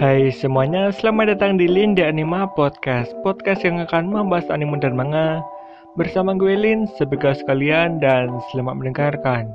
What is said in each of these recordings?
Hai semuanya, selamat datang di Linda Anima Podcast. Podcast yang akan membahas anime dan manga bersama gue Lin, sebagai sekalian, dan selamat mendengarkan.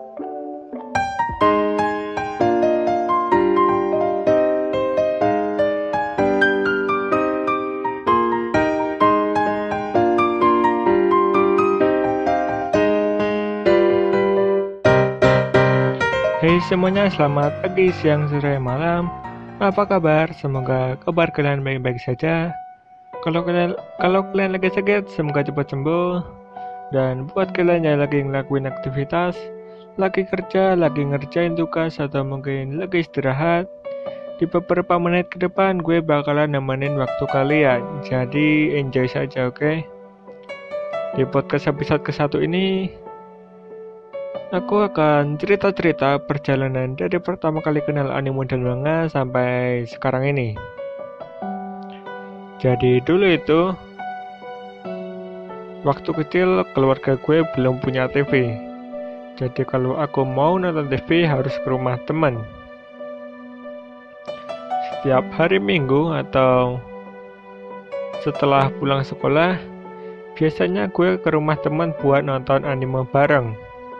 Hai semuanya, selamat pagi, siang, sore, malam. Apa kabar? Semoga kabar kalian baik-baik saja. Kalau kalian lagi sakit, semoga cepat sembuh. Dan buat kalian yang lagi ngelakuin aktivitas, lagi kerja, lagi ngerjain tugas, atau mungkin lagi istirahat, di beberapa menit ke depan gue bakalan nemenin waktu kalian. Jadi enjoy saja, oke? Di podcast episode ke-1 ini, aku akan cerita-cerita perjalanan dari pertama kali kenal anime dan manga sampai sekarang ini. Jadi dulu itu, waktu kecil keluarga gue belum punya TV. Jadi kalau aku mau nonton TV harus ke rumah teman. Setiap hari Minggu atau setelah pulang sekolah, biasanya gue ke rumah teman buat nonton anime bareng.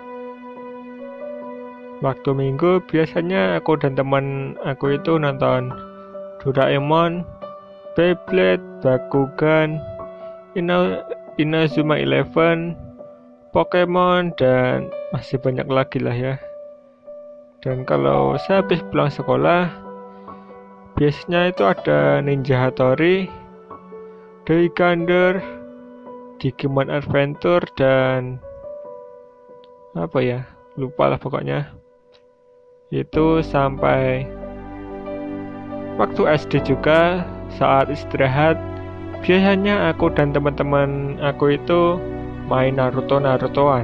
Waktu Minggu biasanya aku dan teman aku itu nonton Doraemon, Beyblade, Bakugan, Inazuma Eleven, Pokemon, dan masih banyak lagi lah ya. Dan kalau saya habis pulang sekolah, biasanya itu ada Ninja Hattori, Daigander, Digimon Adventure, dan apa ya, lupa lah pokoknya. Itu sampai waktu SD juga, saat istirahat biasanya aku dan teman-teman aku itu main Naruto-Narutoan.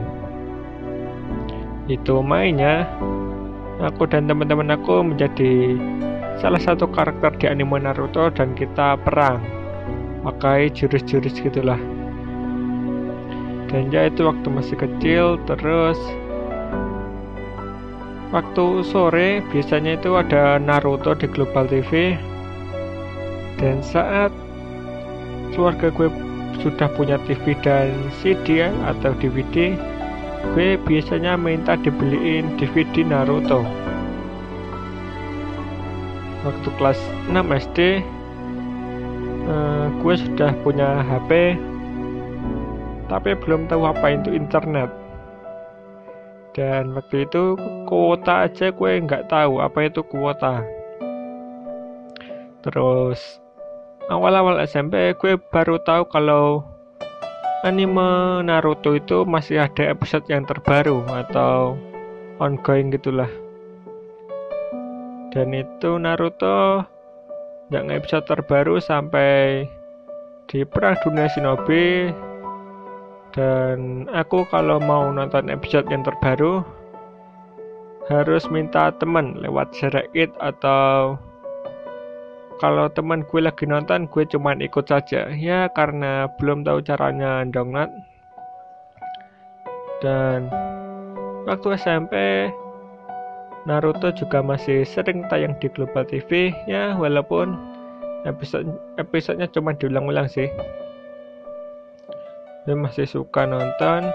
Itu mainnya aku dan teman-teman aku menjadi salah satu karakter di anime Naruto dan kita perang pakai jurus-jurus gitulah. Dan ya itu waktu masih kecil. Terus waktu sore biasanya itu ada Naruto di Global TV. Dan saat keluarga gue sudah punya TV dan CD ya, atau DVD, gue biasanya minta dibeliin DVD Naruto. Waktu kelas 6 SD, gue sudah punya HP, tapi belum tahu apa itu internet. Dan waktu itu kuota aja gue nggak tahu apa itu kuota. Terus awal-awal SMP gue baru tahu kalau anime Naruto itu masih ada episode yang terbaru atau ongoing gitulah. Dan itu Naruto yang episode terbaru sampai di Perang Dunia Shinobi. Dan aku kalau mau nonton episode yang terbaru harus minta teman lewat share it, atau kalau teman gue lagi nonton gue cuman ikut saja ya, karena belum tahu caranya download. Dan waktu SMP Naruto juga masih sering tayang di Global TV ya, walaupun episodenya cuma diulang-ulang sih. Gue masih suka nonton.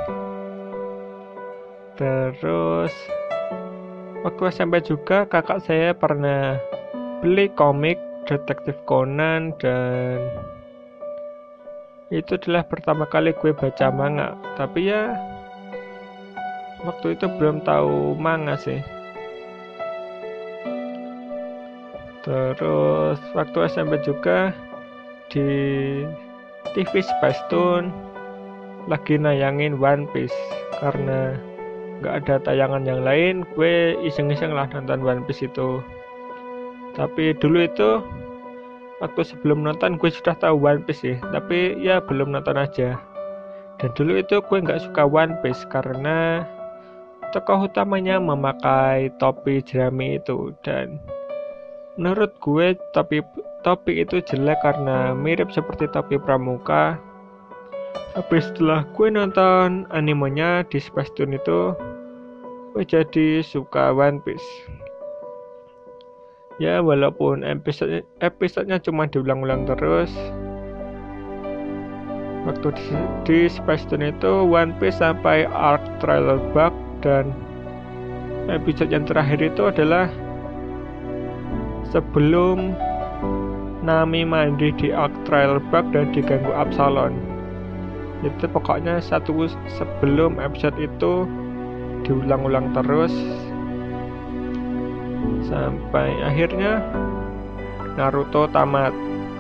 Terus waktu SMP juga kakak saya pernah beli komik Detektif Conan, dan itu adalah pertama kali gue baca manga. Tapi ya waktu itu belum tahu manga sih. Terus waktu SMP juga di TV Space Tune lagi nayangin One Piece. Karena gak ada tayangan yang lain, gue iseng-iseng lah nonton One Piece itu. Tapi dulu itu waktu sebelum nonton gue sudah tahu One Piece sih, tapi ya belum nonton aja. Dan dulu itu gue gak suka One Piece karena tokoh utamanya memakai topi jerami itu. Dan menurut gue topi itu jelek karena mirip seperti topi pramuka. Tapi setelah gue nonton animenya di Space Tune itu, gue jadi suka One Piece. Ya walaupun episodenya cuma diulang-ulang terus. Waktu di Spice Tune itu One Piece sampai arc Trailer Bug, dan episode yang terakhir itu adalah sebelum Nami mandi di arc Trailer Bug dan diganggu Absalom. Itu pokoknya sebelum episode itu diulang-ulang terus sampai akhirnya Naruto tamat.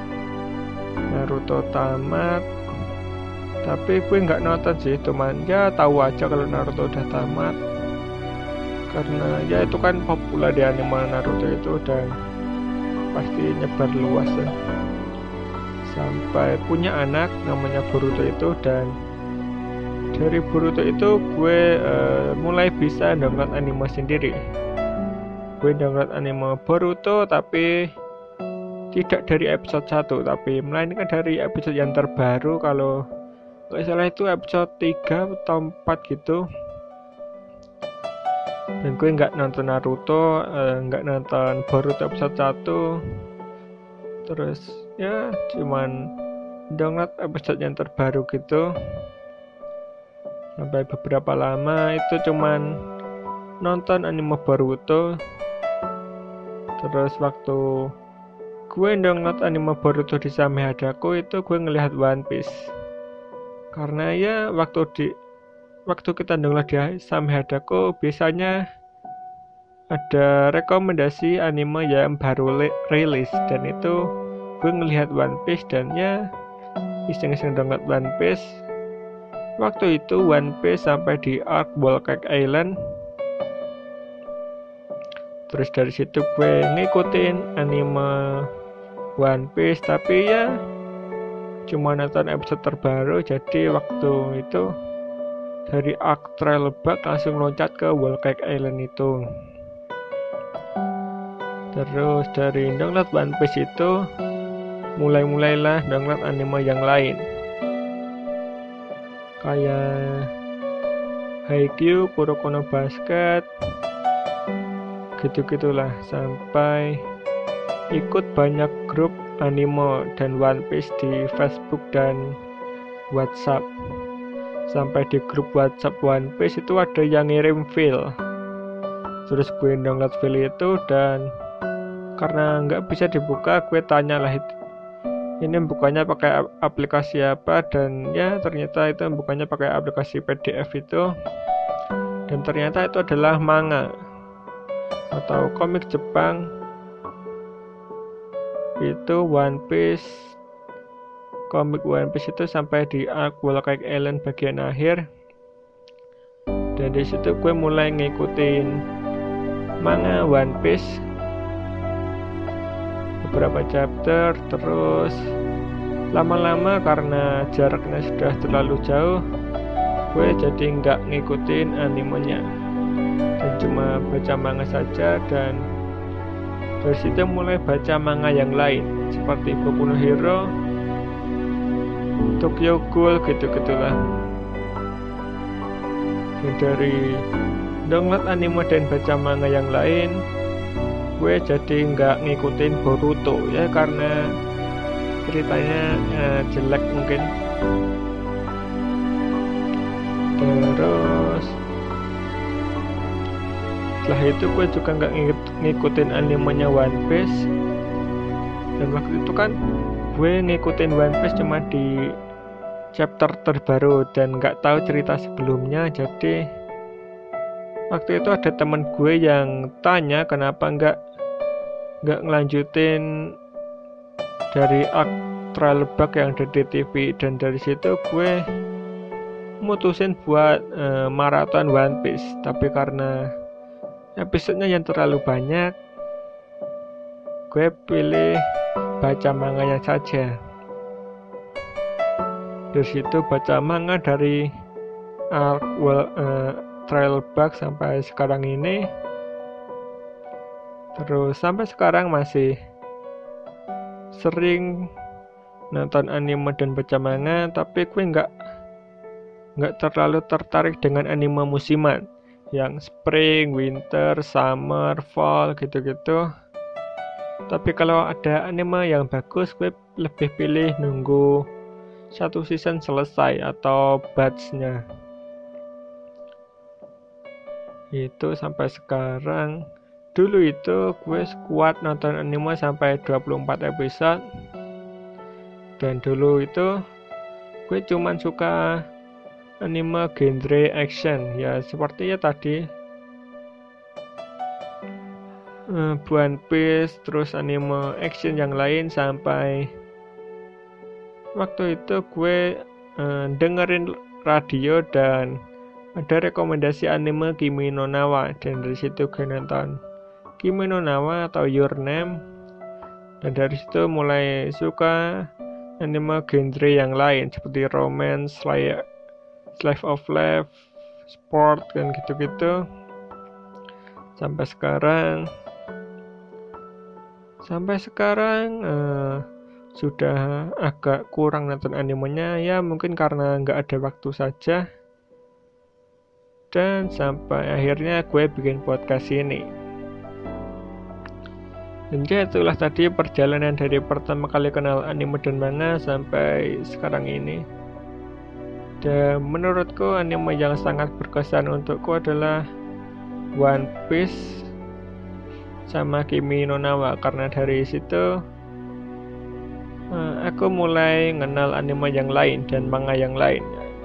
Tapi gue nggak nonton sih, cuman ya tahu aja kalau Naruto udah tamat, karena ya itu kan populer di anime Naruto itu dan pasti nyebar luas ya. Sampai punya anak namanya Boruto itu, dan dari Boruto itu gue mulai bisa download anime sendiri. Gue download anime Boruto tapi tidak dari episode 1, tapi melainkan dari episode yang terbaru. Kalau nggak salah itu episode 3 atau 4 gitu. Dan gue nggak nonton Naruto, nggak nonton Boruto episode 1. Terus ya cuman download episode yang terbaru gitu. Sampai beberapa lama itu cuman nonton anime Boruto. Terus waktu gue download anime Boruto di Samehadaku itu gue ngelihat One Piece. Karena ya waktu kita download di Samehadaku biasanya ada rekomendasi anime yang baru rilis, dan itu gue ngelihat One Piece dan ya iseng-iseng download One Piece. Waktu itu One Piece sampai di arc Whole Cake Island. Terus dari situ gue ngikutin anime One Piece, tapi ya cuma nonton episode terbaru. Jadi waktu itu dari arc Trailer Bug langsung loncat ke Whole Cake Island itu. Terus dari download One Piece itu mulailah download anime yang lain, kayak Haikyuu, Kuroko no Basket, gitu-gitulah, sampai ikut banyak grup anime dan One Piece di Facebook dan WhatsApp. Sampai di grup WhatsApp One Piece itu ada yang ngirim file. Terus gue download file itu, dan karena nggak bisa dibuka, gue tanyalah ini bukanya pakai aplikasi apa, dan ya ternyata itu bukanya pakai aplikasi PDF itu. Dan ternyata itu adalah manga atau komik Jepang. Itu One Piece, komik One Piece itu sampai di arc Whole Cake Island bagian akhir. Dan di situ gue mulai ngikutin manga One Piece beberapa chapter. Terus lama-lama karena jaraknya sudah terlalu jauh, gue jadi nggak ngikutin animenya dan cuma baca manga saja. Dan dari situ mulai baca manga yang lain seperti Boku no Hero, Tokyo Ghoul, gitu-gitulah. Dan dari download anime dan baca manga yang lain, gue jadi nggak ngikutin Boruto ya, karena ceritanya jelek mungkin. Terus setelah itu gue juga nggak ngikutin animenya One Piece. Dan waktu itu kan gue ngikutin One Piece cuma di chapter terbaru dan nggak tahu cerita sebelumnya. Jadi waktu itu ada teman gue yang tanya kenapa nggak ngelanjutin dari arc Trailer Bug yang ada di TV. Dan dari situ gue mutusin buat maraton One Piece, tapi karena episodenya yang terlalu banyak, gue pilih baca manganya saja. Dari situ baca manga dari arc Trailer Bug sampai sekarang ini. Terus sampai sekarang masih sering nonton anime dan baca manga, tapi gue nggak terlalu tertarik dengan anime musiman yang spring, winter, summer, fall, gitu-gitu. Tapi kalau ada anime yang bagus, gue lebih pilih nunggu satu season selesai atau batch-nya. Itu sampai sekarang. Dulu itu gue kuat nonton anime sampai 24 episode. Dan dulu itu gue cuman suka anime genre action. Ya seperti ya tadi, One Piece, terus anime action yang lain. Sampai waktu itu gue dengerin radio dan ada rekomendasi anime Kimi no Nawa, dan dari situ gue nonton Kimi no Nawa atau Your Name, dan dari situ mulai suka anime genre yang lain seperti romance, slice of life, sport, dan gitu-gitu. Sampai sekarang sudah agak kurang nonton animenya, ya mungkin karena nggak ada waktu saja. Dan sampai akhirnya gue bikin podcast ini. Dan itulah tadi perjalanan dari pertama kali kenal anime dan manga sampai sekarang ini. Dan menurutku anime yang sangat berkesan untukku adalah One Piece sama Kimi no Nawa, karena dari situ aku mulai kenal anime yang lain dan manga yang lain.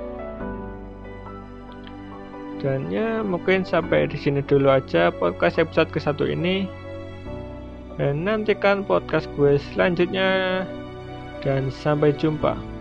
Dan ya mungkin sampai di sini dulu aja podcast episode ke-1 ini. Dan nantikan podcast gue selanjutnya, dan sampai jumpa.